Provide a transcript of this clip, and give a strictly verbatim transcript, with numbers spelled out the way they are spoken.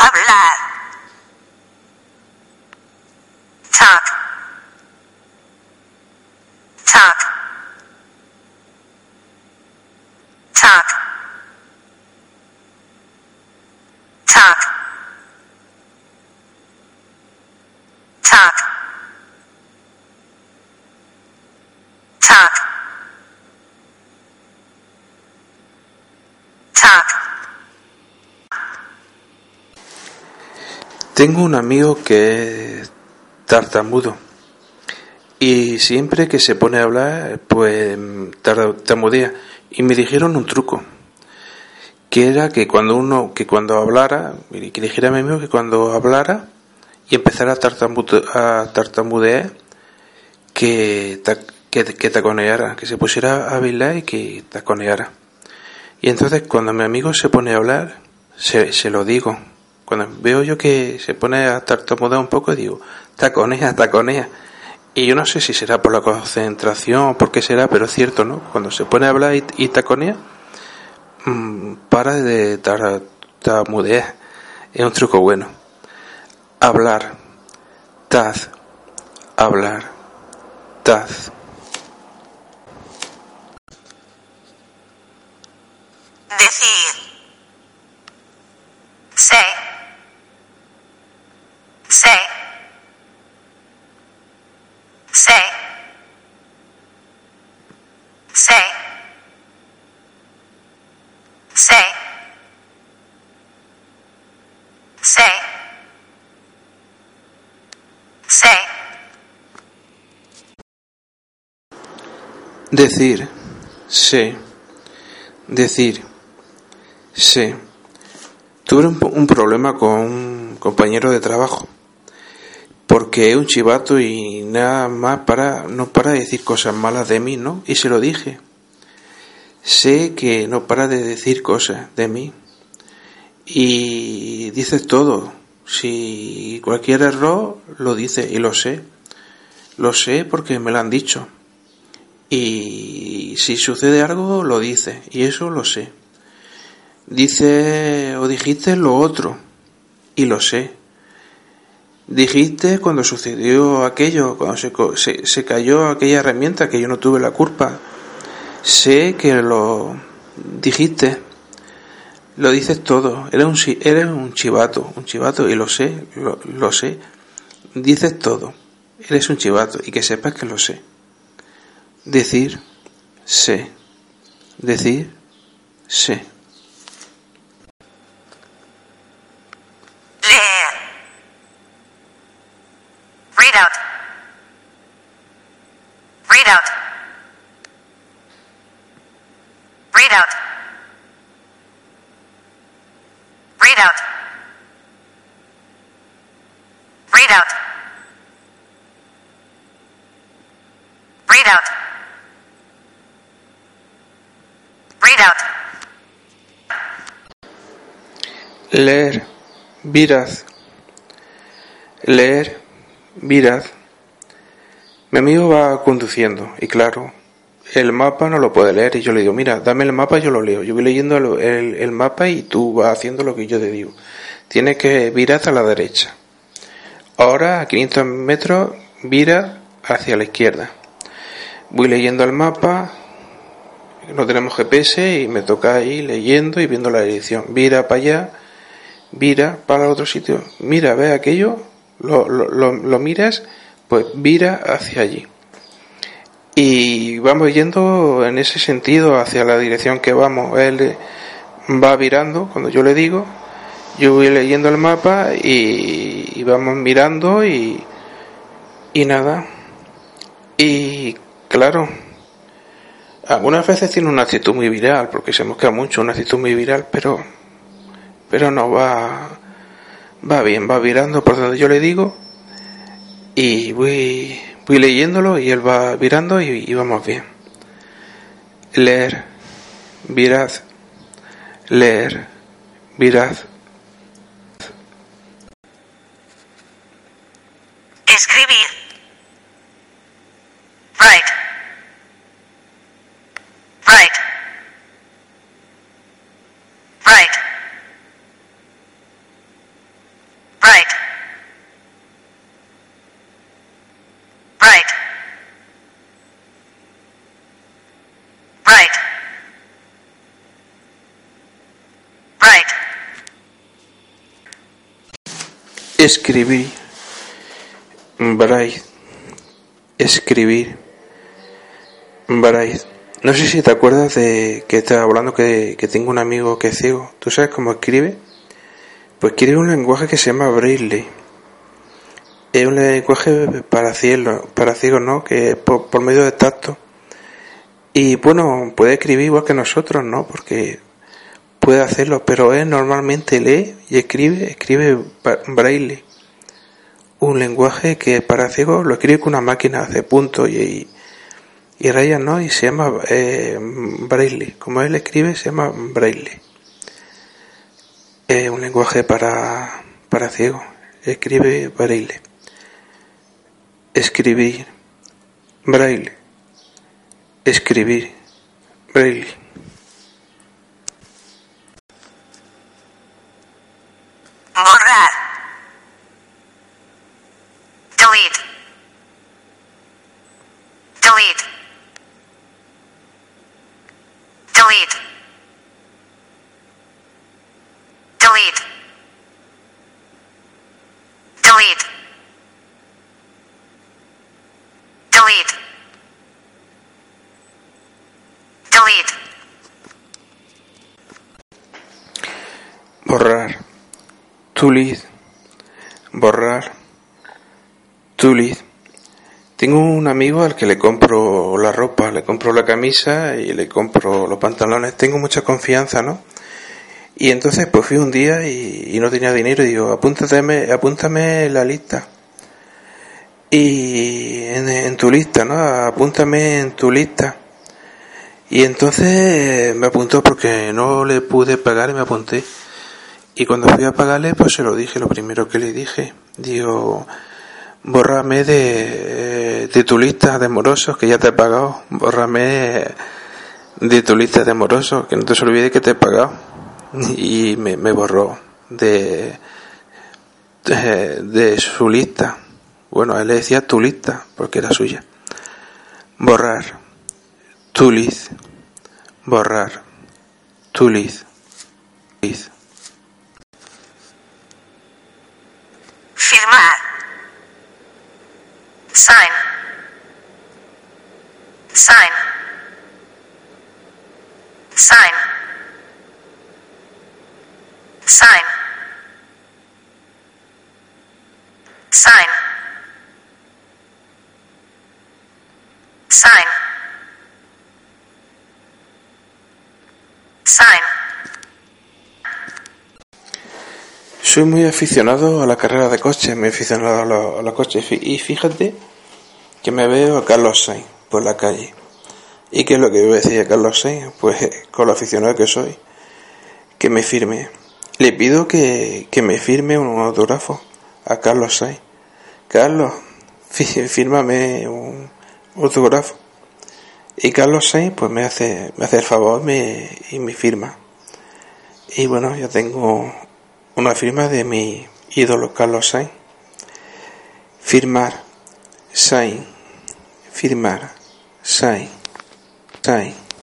Hablar. Talk. Talk. Talk. Talk. Talk. Talk. Talk. Tengo un amigo que es tartamudo y siempre que se pone a hablar pues tartamudea, y me dijeron un truco que era que cuando uno que cuando hablara, que dijera a mi amigo que cuando hablara y empezara a, tartamude, a tartamudear que, ta, que, que taconeara, que se pusiera a bailar y que taconeara. Y entonces cuando mi amigo se pone a hablar se, se lo digo. Cuando veo yo que se pone a tartamudear un poco, digo, taconea, taconea. Y yo no sé si será por la concentración o por qué será, pero es cierto, ¿no? Cuando se pone a hablar y, y taconea, mmm, para de tartamudear. Es un truco bueno. Hablar, taz, hablar, taz. Decir. Say. Say. Say. Say. Say. Say. Say. Decir, sí. Decir, sí. Tuve un, un problema con un compañero de trabajo porque es un chivato y nada más para no para de decir cosas malas de mí, ¿no? Y se lo dije. Sé que no para de decir cosas de mí y dice todo. Si cualquier error lo dice y lo sé. Lo sé porque me lo han dicho. Y si sucede algo lo dice y eso lo sé. Dice o dijiste lo otro y lo sé. Dijiste cuando sucedió aquello, cuando se, se, se cayó aquella herramienta que yo no tuve la culpa. Sé que lo dijiste. Lo dices todo. Eres un, eres un chivato, un chivato y lo sé, lo, lo sé. Dices todo. Eres un chivato y que sepas que lo sé. Decir, sé. Decir, sé. Leer. Read out. Read out. Read out. Read out. Read out. Read out. Read out. Leer, virad. Leer, virad. Mi amigo va conduciendo y claro, el mapa no lo puede leer y yo le digo, mira, dame el mapa y yo lo leo. Yo voy leyendo el, el, el mapa y tú vas haciendo lo que yo te digo. Tienes que virar a la derecha. Ahora a quinientos metros vira hacia la izquierda. Voy leyendo el mapa, no tenemos G P S y me toca ir leyendo y viendo la dirección. Vira para allá, vira para el otro sitio. Mira, ve aquello, lo, lo, lo, lo miras, pues vira hacia allí. Y vamos yendo en ese sentido hacia la dirección que vamos. Él va virando cuando yo le digo, yo voy leyendo el mapa y, y vamos mirando y, y nada. Y claro, algunas veces tiene una actitud muy viral, porque se mosquea mucho, una actitud muy viral, pero pero no va va bien, va virando por donde yo le digo y voy voy leyéndolo y él va virando y, y vamos bien. Leer, virad, leer, virad. Escribir. Write. Write. Write. Write. Escribir. Write. Escribir. Write. No sé si te acuerdas de que estaba hablando que, que tengo un amigo que es ciego. ¿Tú sabes cómo escribe? Pues escribe un lenguaje que se llama Braille. Es un lenguaje para ciegos, para ciegos, ¿no? Que es por, por medio de tacto. Y bueno, puede escribir igual que nosotros, ¿no? Porque puede hacerlo, pero él normalmente lee y escribe, escribe Braille. Un lenguaje que para ciegos lo escribe con una máquina de puntos y, y, y rayas, ¿no? Y se llama eh, Braille. Como él escribe, se llama Braille. Es un lenguaje para, para ciegos. Escribe Braille. Escribir. Braille. Escribir. Braille. Borrar. Delete. Delete. Delete. Delete. Delete. Delete. Delete. Borrar. Tulid. Borrar. Tulid. Tengo un amigo al que le compro la ropa, le compro la camisa y le compro los pantalones. Tengo mucha confianza, ¿no? Y entonces pues fui un día y, y no tenía dinero y digo, apúntame, apúntame la lista. Y en, en tu lista, ¿no? Apúntame en tu lista. Y entonces me apuntó porque no le pude pagar y me apunté. Y cuando fui a pagarle, pues se lo dije, lo primero que le dije. Digo, bórrame de, de tu lista de morosos que ya te he pagado. Bórrame de tu lista de morosos, que no te se olvide que te he pagado. Y me, me borró de, de, de su lista. Bueno, a él le decía tu lista, porque era suya. Borrar. Tu list. Borrar. Tu list. List. Firmar. Sign. Sign. Sign. Sign. Sign. Sign. Sign. Soy muy aficionado a la carrera de coches, muy aficionado a los, a los coches. Y fíjate que me veo a Carlos Sainz por la calle. ¿Y qué es lo que yo decía a Carlos Sainz? Pues con lo aficionado que soy, que me firme. Le pido que, que me firme un autógrafo a Carlos Sainz. Carlos, fírmame un autógrafo. Y Carlos Sainz pues me hace, me hace el favor me, y me firma. Y bueno, yo tengo una firma de mi ídolo Carlos Sainz. Firmar, Sainz, firmar, Sainz, Sainz.